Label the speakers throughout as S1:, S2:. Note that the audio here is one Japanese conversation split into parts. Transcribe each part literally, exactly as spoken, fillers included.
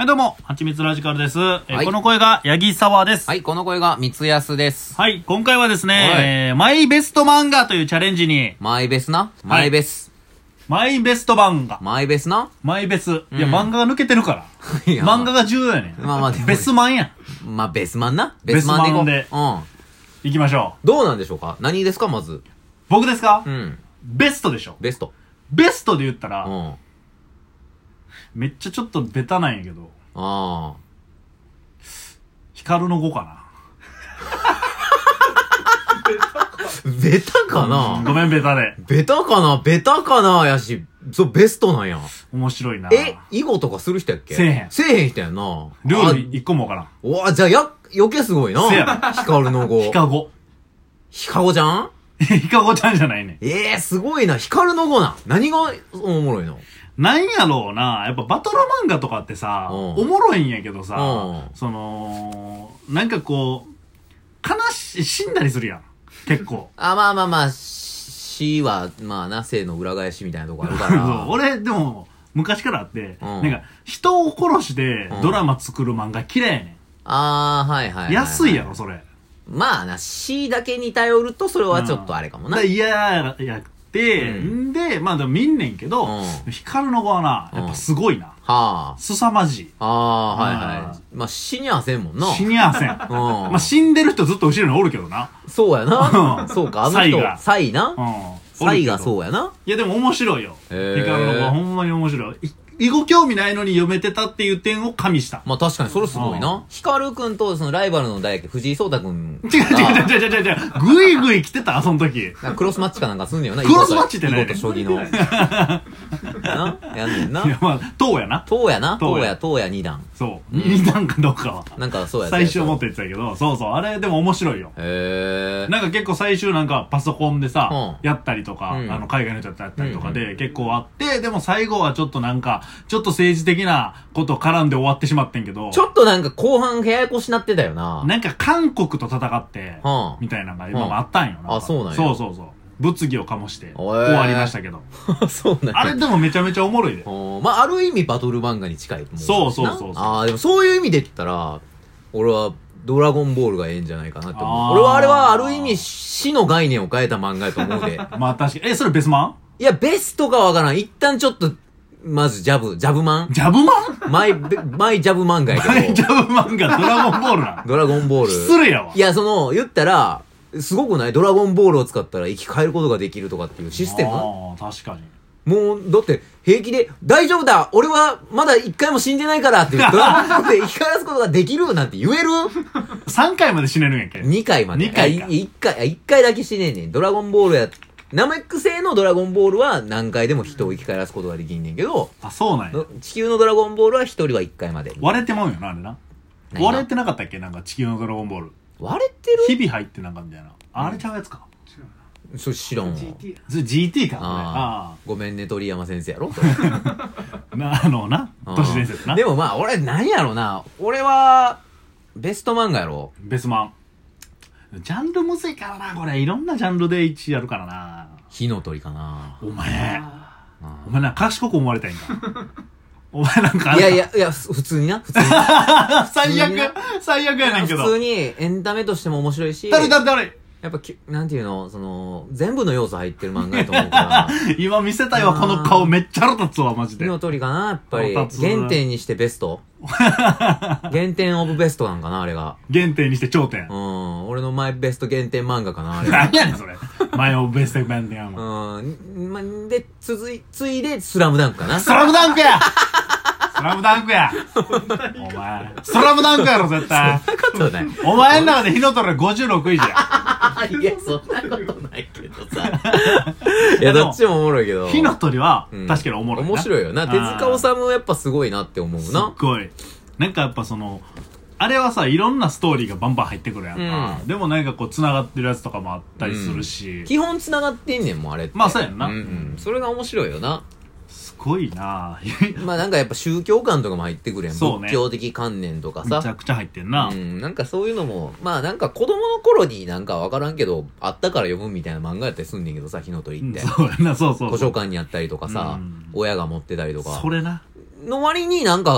S1: はい、どうも、はちみつラジカルです。えー
S2: はい、
S1: この声が、八木沢です。
S2: はい、この声が三安です。
S1: はい、今回はですね、
S2: はい
S1: えー、マイベスト漫画というチャレンジに、
S2: マイベスなマイベス。
S1: マイベスト漫画。
S2: マイベスな
S1: マイベス。いや、
S2: うん
S1: 漫画が抜けてるから。
S2: いや
S1: 漫画が重要やねん。
S2: まあまあでも
S1: ベスマンやん。
S2: まあ、ベスマンな
S1: ベスマン
S2: ベスマン
S1: で
S2: でいこう。うん。
S1: 行きましょう。
S2: どうなんでしょうか？何ですか、まず。
S1: 僕ですか、
S2: うん。
S1: ベストでしょ。
S2: ベスト。
S1: ベストで言ったら、
S2: うん。あ
S1: めっちゃちょっとベタなんやけど、
S2: あ。
S1: ヒカルの語かな。
S2: ベタかな
S1: ごめん、ベタで。
S2: ベタかなベタかなやし、そう、ベストなんや。
S1: 面白いな。
S2: え囲碁とかする人やっけ？
S1: せえへん
S2: せえへん人やんな。
S1: ルール一個もわからん。
S2: おわ、じゃあ、や、余計すごいな。
S1: せや
S2: ヒカルの語。
S1: ヒカゴ。
S2: ヒカゴじゃん
S1: ヒカゴちゃんじゃないねん。
S2: ええー、すごいな。ヒカルの語な。何がおもろいの？
S1: なんやろうな、やっぱバトル漫画とかってさ、
S2: うん
S1: おもろいんやけどさ、
S2: うん
S1: その、なんかこう、悲しい、死んだりするやん。結構。
S2: あ、まあまあまあ、死は、まあな、生の裏返しみたいなとこあるか
S1: そう
S2: ら。
S1: 俺、でも、昔からあって、
S2: うん
S1: なんか、人を殺して
S2: うん
S1: ドラマ作る漫画嫌いやね
S2: ああ、はいはいはい、は
S1: ん。
S2: い。
S1: 安いやろ、それ。
S2: まあな、死だけに頼ると、それはちょっとあれかもな。
S1: だから嫌やって、
S2: うん
S1: んで、まあでも見んねんけど、
S2: うん
S1: ヒカルの子はな、やっぱすごいな。
S2: はあ。
S1: 凄まじい。
S2: ああ、はい
S1: うん
S2: はい。まあ死にはせんもんな。
S1: 死にやせん。
S2: うん。
S1: まあ死んでる人ずっと後ろにおるけどな。
S2: そうやな。
S1: うん
S2: そうか、あの人
S1: サイが、
S2: サイな。
S1: うん。
S2: サイが
S1: う。
S2: そうやな。
S1: いやでも面白いよ。
S2: へー
S1: ヒカルの子はほんまに面白い。い囲碁興味ないのに読めてたっていう点を加味した。
S2: まあ確かにそれすごいな。ヒカルくんとそのライバルの大学、藤井聡太くん
S1: 違う違う違う違う違う違う。ぐいぐい来てたその時。
S2: なんかクロスマッチかなんかすんねよな。
S1: クロスマッチって何
S2: 囲碁と将棋の。なやんねんな。
S1: いやまあ、塔やな。
S2: 東やな。
S1: 東や
S2: 東や、東や二段。
S1: そう。二段かどうかは。
S2: なんかそうやった
S1: 最終持って言ってたけど、そうそう。あれでも面白いよ。
S2: へー。
S1: なんか結構最終なんかパソコンでさ、
S2: うん
S1: やったりとか、
S2: うん
S1: あの海外の人とやったりとか
S2: う
S1: で結構あって、でも最後はちょっとなんか、ちょっと政治的なこと絡んで終わってしまってんけど、
S2: ちょっとなんか後半ややこしなってたよな。
S1: なんか韓国と戦って、
S2: は
S1: みたいなのが今もあったんよな。
S2: あそうなんや
S1: そうそうそう。物議を醸して、
S2: お
S1: 終わりましたけど。
S2: あ。そうなんや
S1: あれでもめちゃめちゃおもろいで。
S2: おーまあ、ある意味バトル漫画に近いと思うしな。
S1: そうそうそうそう
S2: ああ、でもそういう意味で言ったら、俺はドラゴンボールがええんじゃないかなって思
S1: あー
S2: う。俺はあれはある意味死の概念を変えた漫画やと思うで。
S1: まあ確かに。え、それベスマン
S2: いや、ベストかわからん。一旦ちょっと、まずジャブ、ジャブマン
S1: ジャブマン
S2: マイ、ベマイジャブ漫画やけど。
S1: マイジャブマンがドラゴンボールな。
S2: ドラゴンボール。
S1: 失礼やわ。
S2: いや、その、言ったら、すごくないドラゴンボールを使ったら生き返ることができるとかっていうシステム
S1: ああ、確かに。
S2: もう、だって、平気で、大丈夫だ俺はまだ一回も死んでないからっていう、ドラゴンボールで生き返らすことができるなんて言える
S1: さんかいまで死ねるんやっけ。
S2: 二回まで。
S1: 二回か
S2: あい一回、あ一回だけ死ねんねん。ドラゴンボールや、ナメック星のドラゴンボールは何回でも人を生き返らすことができんねんけど、
S1: あ、そうなんや。
S2: の地球のドラゴンボールは一人は一回まで。
S1: 割れてまうんよな、あれな。
S2: 何が
S1: 割れてなかったっけなんか地球のドラゴンボール。
S2: 割れてる
S1: 日々入ってなんかみたいな。あれちゃうやつか。
S2: それ知らんわ。
S1: それ ジーティー か、これ。
S2: あ
S1: あ
S2: あ。ごめんね、鳥山先生やろ
S1: あ。な、あのな、都市伝説な。
S2: でもまあ、俺、何やろな。俺は、ベスト漫画やろ。
S1: ベスマン。ジャンルむずいからな、これ。いろんなジャンルでいちやるからな。
S2: 火の鳥かな。
S1: お前、
S2: あ
S1: お前な、賢く思われたいんか。お前なんかあれか
S2: いやいや、いや、ふ普通にな。普通に。
S1: 最悪
S2: 普通にな、
S1: 最悪やねんけど。
S2: 普通にエンタメとしても面白いし、
S1: 誰誰誰
S2: やっぱき、なんていうの、その、全部の要素入ってる漫画やと思うから。
S1: 今見せたいわ、この顔めっちゃ腹立つわ、マジで
S2: 火。の鳥かなやっぱり。
S1: 腹立つ
S2: 原点にしてベスト原点オブベストなんかなあれが。
S1: 原点にして頂点
S2: う。ん。俺のマイベスト原点漫画かなあれが。
S1: 何やねん、それ。前をベストバンドやんの。
S2: うん。ま、で、続い、ついで、スラムダンクかな
S1: スラムダンクやスラムダンクやお前。スラムダンクやろ、絶対。
S2: そんなことない。
S1: お前の中で火の鳥ごじゅうろくいじゃ
S2: いや、そんなことないけどさ。いや、どっちもおもろいけど。
S1: ん。火の鳥は
S2: うん、
S1: 確かにおもろいな。
S2: 面白いよな。手塚治虫やっぱすごいなって思う
S1: すっ
S2: な。
S1: ごい。なんかやっぱその、あれはさ、いろんなストーリーがバンバン入ってくるやんか。
S2: うん
S1: でもなんかこう、繋がってるやつとかもあったりするし。
S2: 基本繋がってんねんもん、あれって。
S1: まあそうやんな
S2: うんうん。それが面白いよな。
S1: すごいな
S2: まあなんかやっぱ宗教観とかも入ってくるやん。
S1: そうね
S2: 仏教的観念とかさ。
S1: めちゃくちゃ入ってんな。
S2: うん、なんかそういうのも、まあなんか子供の頃になんかわからんけど、あったから読むみたいな漫画やったりすんねんけどさ、火の鳥って。
S1: そうやな、そうそう
S2: 図書
S1: そう。
S2: 館にあったりとかさ
S1: うん、
S2: 親が持ってたりとか。
S1: それな。
S2: の割になんか、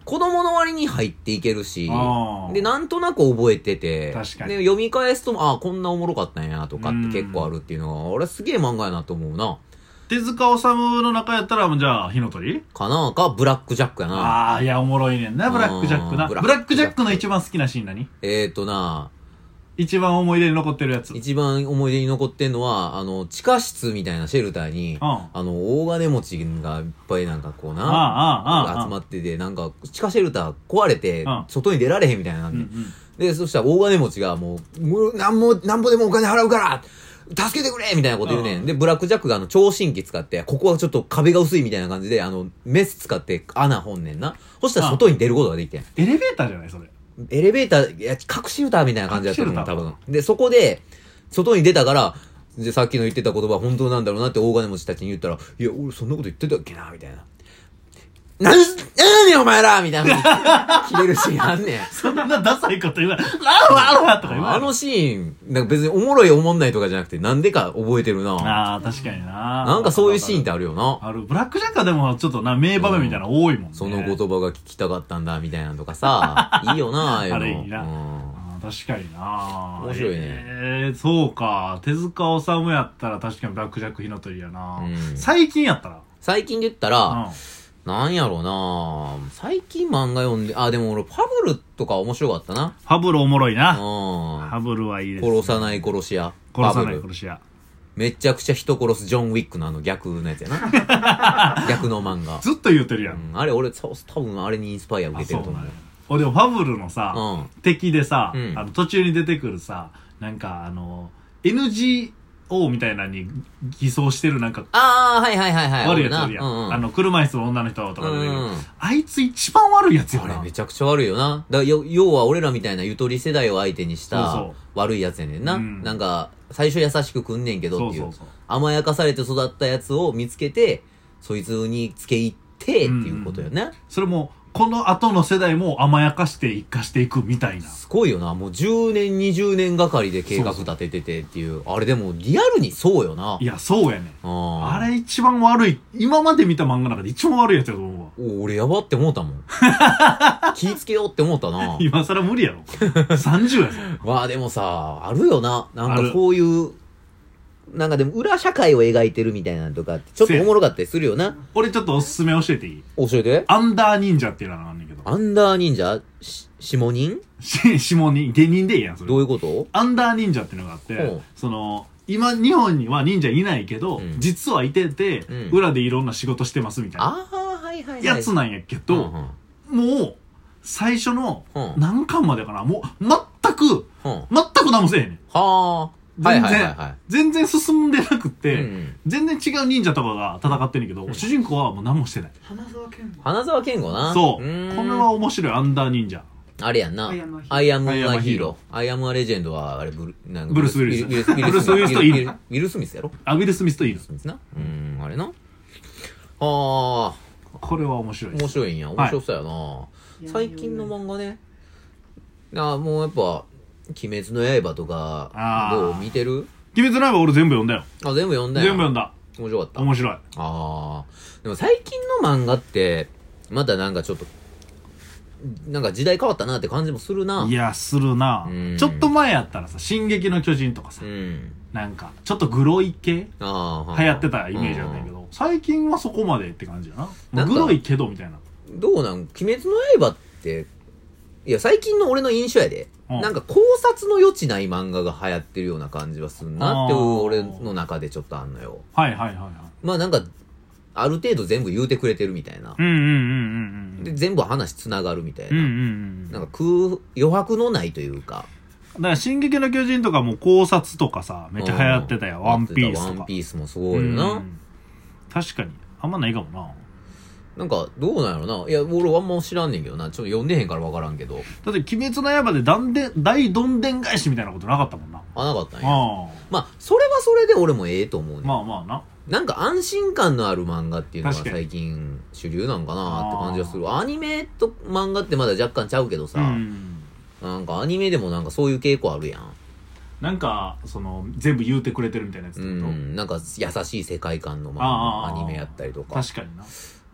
S2: 子供の割に入っていけるし
S1: あ、ー
S2: で、なんとなく覚えてて、
S1: 確かに
S2: で、読み返すと、ああ、こんなおもろかったんや、とかって結構あるっていうのは、俺すげえ漫画やなと思うな。
S1: 手塚治虫の中やったら、じゃあ、火の鳥
S2: かなか、ブラックジャックやな。
S1: ああ、いや、おもろいねんな、ブラックジャックな。
S2: うん
S1: ブラックジャックの一番好きなシーン何？
S2: えーとな、
S1: 一番思い出に残ってるやつ。
S2: 一番思い出に残ってんのは、あの、地下室みたいなシェルターに、
S1: うん
S2: あの、大金持ちがいっぱいなんかこうな、
S1: ああ、ああ、ああ。
S2: 集まってて、なんか、地下シェルター壊れて
S1: うん、
S2: 外に出られへんみたいになって、
S1: うんうん
S2: で、そしたら大金持ちがもう、もうなんも、なんぼでもお金払うから助けてくれみたいなこと言うねん。
S1: うん
S2: で、ブラックジャックがあの、聴診器使って、ここはちょっと壁が薄いみたいな感じで、あの、メス使って穴掘んねんな。そしたら外に出ることができてん。
S1: エレベーターじゃないそれ。
S2: エレベーター、いや、隠しシューターみたいな感じだったと思う、
S1: 隠しシューター
S2: 多分。で、そこで、外に出たから、で、さっきの言ってた言葉は本当なんだろうなって大金持ちたちに言ったら、いや、俺そんなこと言ってたっけなみたいな。なん、なんやねんお前らみたいな。切れるシーンあんねん。
S1: そんなダサいこと言わない。ラーワーラーとか言わない。
S2: あのシーン、なんか別におもろいおもんないとかじゃなくて、なんでか覚えてるな。
S1: ああ、確かにな。
S2: なんかそういうシーンってあるよな。
S1: ある。ブラックジャックはでもちょっとな、名場面みたいなの多いもんね。
S2: その言葉が聞きたかったんだ、みたいなのとかさ。いいよな、ああいうの。
S1: あれいいな。
S2: うん
S1: あー確かにな。
S2: 面白いね
S1: えー、そうか。手塚治虫やったら確かにブラックジャック火の鳥やな。
S2: うん
S1: 最近やったら
S2: 最近で言った
S1: う
S2: ら、
S1: ん。
S2: なんやろうな最近漫画読んで、あ、でも俺、ファブルとか面白かったな。
S1: ファブルおもろいな。
S2: うん。
S1: ファブルはいいです、ね。
S2: 殺さない殺し屋。
S1: 殺さない
S2: ファブル
S1: 殺し屋。
S2: めちゃくちゃ人殺すジョン・ウィックのあの逆のやつやな。逆の漫画。
S1: ずっと言うてるやん。
S2: うん、あれ俺、そう多分あれにインスパイア受けてると思う。
S1: 俺でもファブルのさ、
S2: うん
S1: 敵でさ、
S2: うん
S1: あの途中に出てくるさ、なんかあの、エヌジーオー みたいなのに偽装してるなんか、
S2: ああ、はいはいはいはい。
S1: 悪いやつおるやん。
S2: 俺なうんうん、
S1: あの、車椅子の女の人とか出てくる。
S2: うん
S1: あいつ一番悪いやつよな
S2: あれめ。ちゃくちゃ悪いよな。だよ要は俺らみたいなゆとり世代を相手にした
S1: そうそう
S2: 悪いやつやねんな。
S1: うん
S2: なんか、最初優しくくんねんけどっていう。
S1: そうそうそう
S2: 甘やかされて育ったやつを見つけて、そいつにつけ入ってっていうことよね。
S1: それも、この後の世代も甘やかして生かしていくみたいな。
S2: すごいよな。もうじゅうねん、にじゅうねんがかりで計画立てててっていう。あれでもリアルにそうよな。
S1: いや、そうやねん。
S2: あ
S1: あれ一番悪い、今まで見た漫画の中で一番悪いやつやと思うわ。
S2: お俺やばって思ったもん。気ぃつけようって思ったな。
S1: 今更無理やろ。さんじゅうやぞ。
S2: わあでもさ、あるよな。なんか
S1: ある
S2: こういう、なんかでも裏社会を描いてるみたいなのとかって、ちょっとおもろかったりするよな。
S1: 俺ちょっとおすすめ教えていい？
S2: 教えて。
S1: アンダー忍者っていうのがあんねんけど。
S2: アンダー忍者し、下人
S1: し、下人、下人でいいやん、それ。
S2: どういうこと
S1: アンダー忍者っていうのがあって
S2: うん、
S1: その、今、日本には忍者いないけど、
S2: うん
S1: 実はいてて、
S2: うん
S1: 裏でいろんな仕事してますみたいな
S2: ああ、はいはいはい。
S1: やつなんやけど、
S2: うんうん
S1: もう、最初の
S2: うん
S1: 何巻までかな、もう、全く、
S2: うん
S1: 全く何もせえへんねん。
S2: はあ。はいはいはいは
S1: 全然進んでなくって、
S2: い。うん
S1: 全然違う忍者とかが戦ってんねんけど、主人公はもう何もしてない。
S3: 花沢健吾。
S2: 花沢健吾な。
S1: そう。
S2: ーん
S1: これは面白い、アンダー忍者。
S2: あれやんな。
S3: アイアム
S2: アイアムア
S1: アイアムアヒーロ
S2: ヒーロー。アイアムアレジェンドは、あれ、ブル、なんか
S1: ブルースウィリス
S2: ウィルスウィ
S1: ブルースウィリスとイル
S2: ウィルウィルスミスやろ
S1: あ、ウィル・スミスといる。
S2: スミスな。うーん、あれな。ああ、
S1: これは面白いです。
S2: 面白いんや。面白そうやな。最近の漫画ね。ああ、もうやっぱ、鬼滅の刃とか
S1: あ、ー
S2: どう見てる
S1: 鬼滅の刃俺全部読んだよ。
S2: あ、全部読んだよ。
S1: 全部読んだ。
S2: 面白かった。
S1: 面白い。
S2: ああ。でも最近の漫画って、またなんかちょっと、なんか時代変わったなって感じもするな。
S1: いや、するな
S2: うん。
S1: ちょっと前やったらさ、進撃の巨人とかさ
S2: う、ん。
S1: なんか、ちょっとグロい系
S2: ああ、
S1: 流行ってたイメージなんだけど、最近はそこまでって感じやな。
S2: なんか
S1: グロいけどみたいな。
S2: どうなん鬼滅の刃って、いや、最近の俺の印象やで。
S1: うん
S2: なんか考察の余地ない漫画が流行ってるような感じはすんなっていう
S1: あー
S2: 俺の中でちょっとあんのよ。
S1: はいはいはいはい。
S2: まあなんか、ある程度全部言うてくれてるみたいな。
S1: うんうんうんうん
S2: で、全部話つながるみたいな。
S1: うん。うんうんうん。
S2: なんか空、余白のないというか。
S1: だから、進撃の巨人とかも考察とかさ、めっちゃ流行ってたよ。
S2: うん
S1: ワンピースとか。
S2: ワンピースもすごいよ
S1: う
S2: な。
S1: ん確かに。あんまないかもな。
S2: なんか、どうなんやろな。いや、俺あんま知らんねんけどな。ちょっと読んでへんからわからんけど。
S1: だって、鬼滅の刃で断で大どんでん返しみたいなことなかったもんな。
S2: あ、なかったんや。
S1: あ
S2: まあ、それはそれで俺もええと思う
S1: あ。
S2: ね。
S1: まあまあな。
S2: なんか安心感のある漫画っていうのが
S1: 確かに
S2: 最近主流なんかなって感じがする。アニメと漫画ってまだ若干ちゃうけどさ、
S1: うん。
S2: なんかアニメでもなんかそういう傾向あるやん。
S1: なんか、その、全部言うてくれてるみたいなやつ
S2: う
S1: だと。
S2: ん。なんか優しい世界観の漫
S1: ああ
S2: 画、アニメやったりとか。
S1: 確かにな。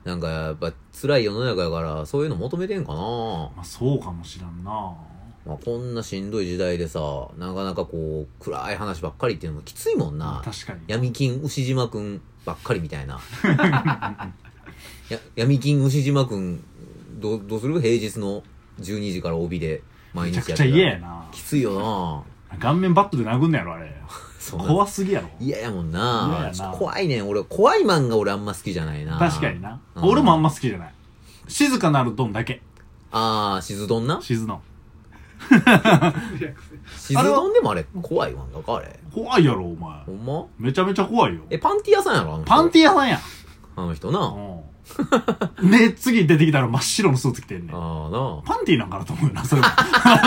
S2: なんかやっぱ辛い世の中やからそういうの求めてんかな。
S1: まあそうかもしらんな。
S2: まあこんなしんどい時代でさ、なかなかこう暗い話ばっかりっていうのもきついもんな。
S1: 確かに。
S2: 闇金牛島くんばっかりみたいな。や闇金牛島くんどうどうする？平日のじゅうにじから帯で毎日やってたら
S1: めちゃくちゃ嫌やな。
S2: きついよな。
S1: 顔面バットで殴んねやろあれ。怖すぎやろ。
S2: 嫌やもんな。
S1: 嫌やな。
S2: ちょっと怖いねん。俺怖い漫画俺あんま好きじゃないな。
S1: 確かにな、
S2: うん、
S1: 俺もあんま好きじゃない。静かなるドンだけ。
S2: ああ、しずどんな。
S1: しずの
S2: しずどんでもあれ怖い漫画かあれ。
S1: 怖いやろお前。
S2: ほんま？
S1: めちゃめちゃ怖いよ。
S2: え、パンティ屋さんやろあの人。
S1: パンティ屋さんや。
S2: あの人な。
S1: うん。で、次出てきたら真っ白のスーツ着てんねん。
S2: ああな。
S1: パンティなんかなと思うよな、それも。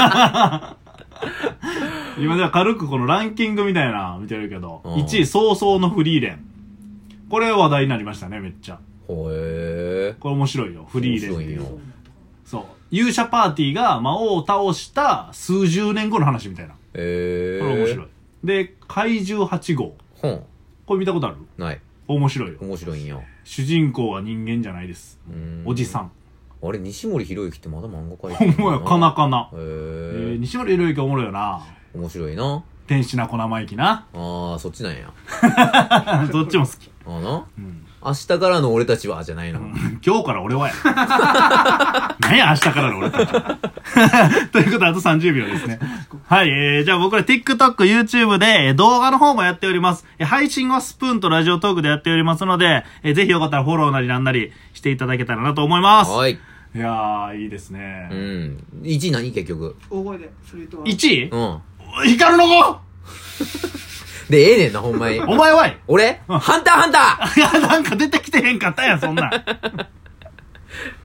S1: 今では軽くこのランキングみたいな見てるけど、いちい早々のフリーレン。これ話題になりましたね、めっちゃ。
S2: ほえー。
S1: これ面白いよ、フリーレンっていう。
S2: 面白いよ。
S1: そう。勇者パーティーが魔王を倒した数十年後の話みたいな。
S2: へえー。
S1: これ面白い。で、怪獣はち号。
S2: ほん。
S1: これ見たことある？
S2: ない。
S1: 面白いよ。
S2: 面白いんや。
S1: 主人公は人間じゃないです。おじさん。
S2: あれ、西森博之ってまだ漫画描いてる
S1: ほんまや、かなかな。
S2: へ
S1: え
S2: ー。
S1: ー、西村博之おもろいよな。
S2: 面白いな。
S1: 天使な小生意気な。
S2: ああ、そっちなんや。
S1: そっちも好き。
S2: ああな。
S1: うん。
S2: 明日からの俺たちは、じゃないの。
S1: 今日から俺はや。何や、明日からの俺たちは。ということで、あとさんじゅうびょうですね。はい、えー、じゃあ僕ら TikTok、YouTube で、えー、動画の方もやっております。えー、配信はスプーンとラジオトークでやっておりますので、えー、ぜひよかったらフォローなりなんなりしていただけたらなと思います。
S2: はい。
S1: いやー、いいですね。
S2: うん。いちい何結局。
S3: 大声で、それとは。
S1: いちい
S2: うん。
S1: ヒカルの子
S2: で、ええねんな、ほんまに。
S1: お前はい
S2: 俺ハンターハンター
S1: いや、なんか出てきてへんかったやん、そんなん。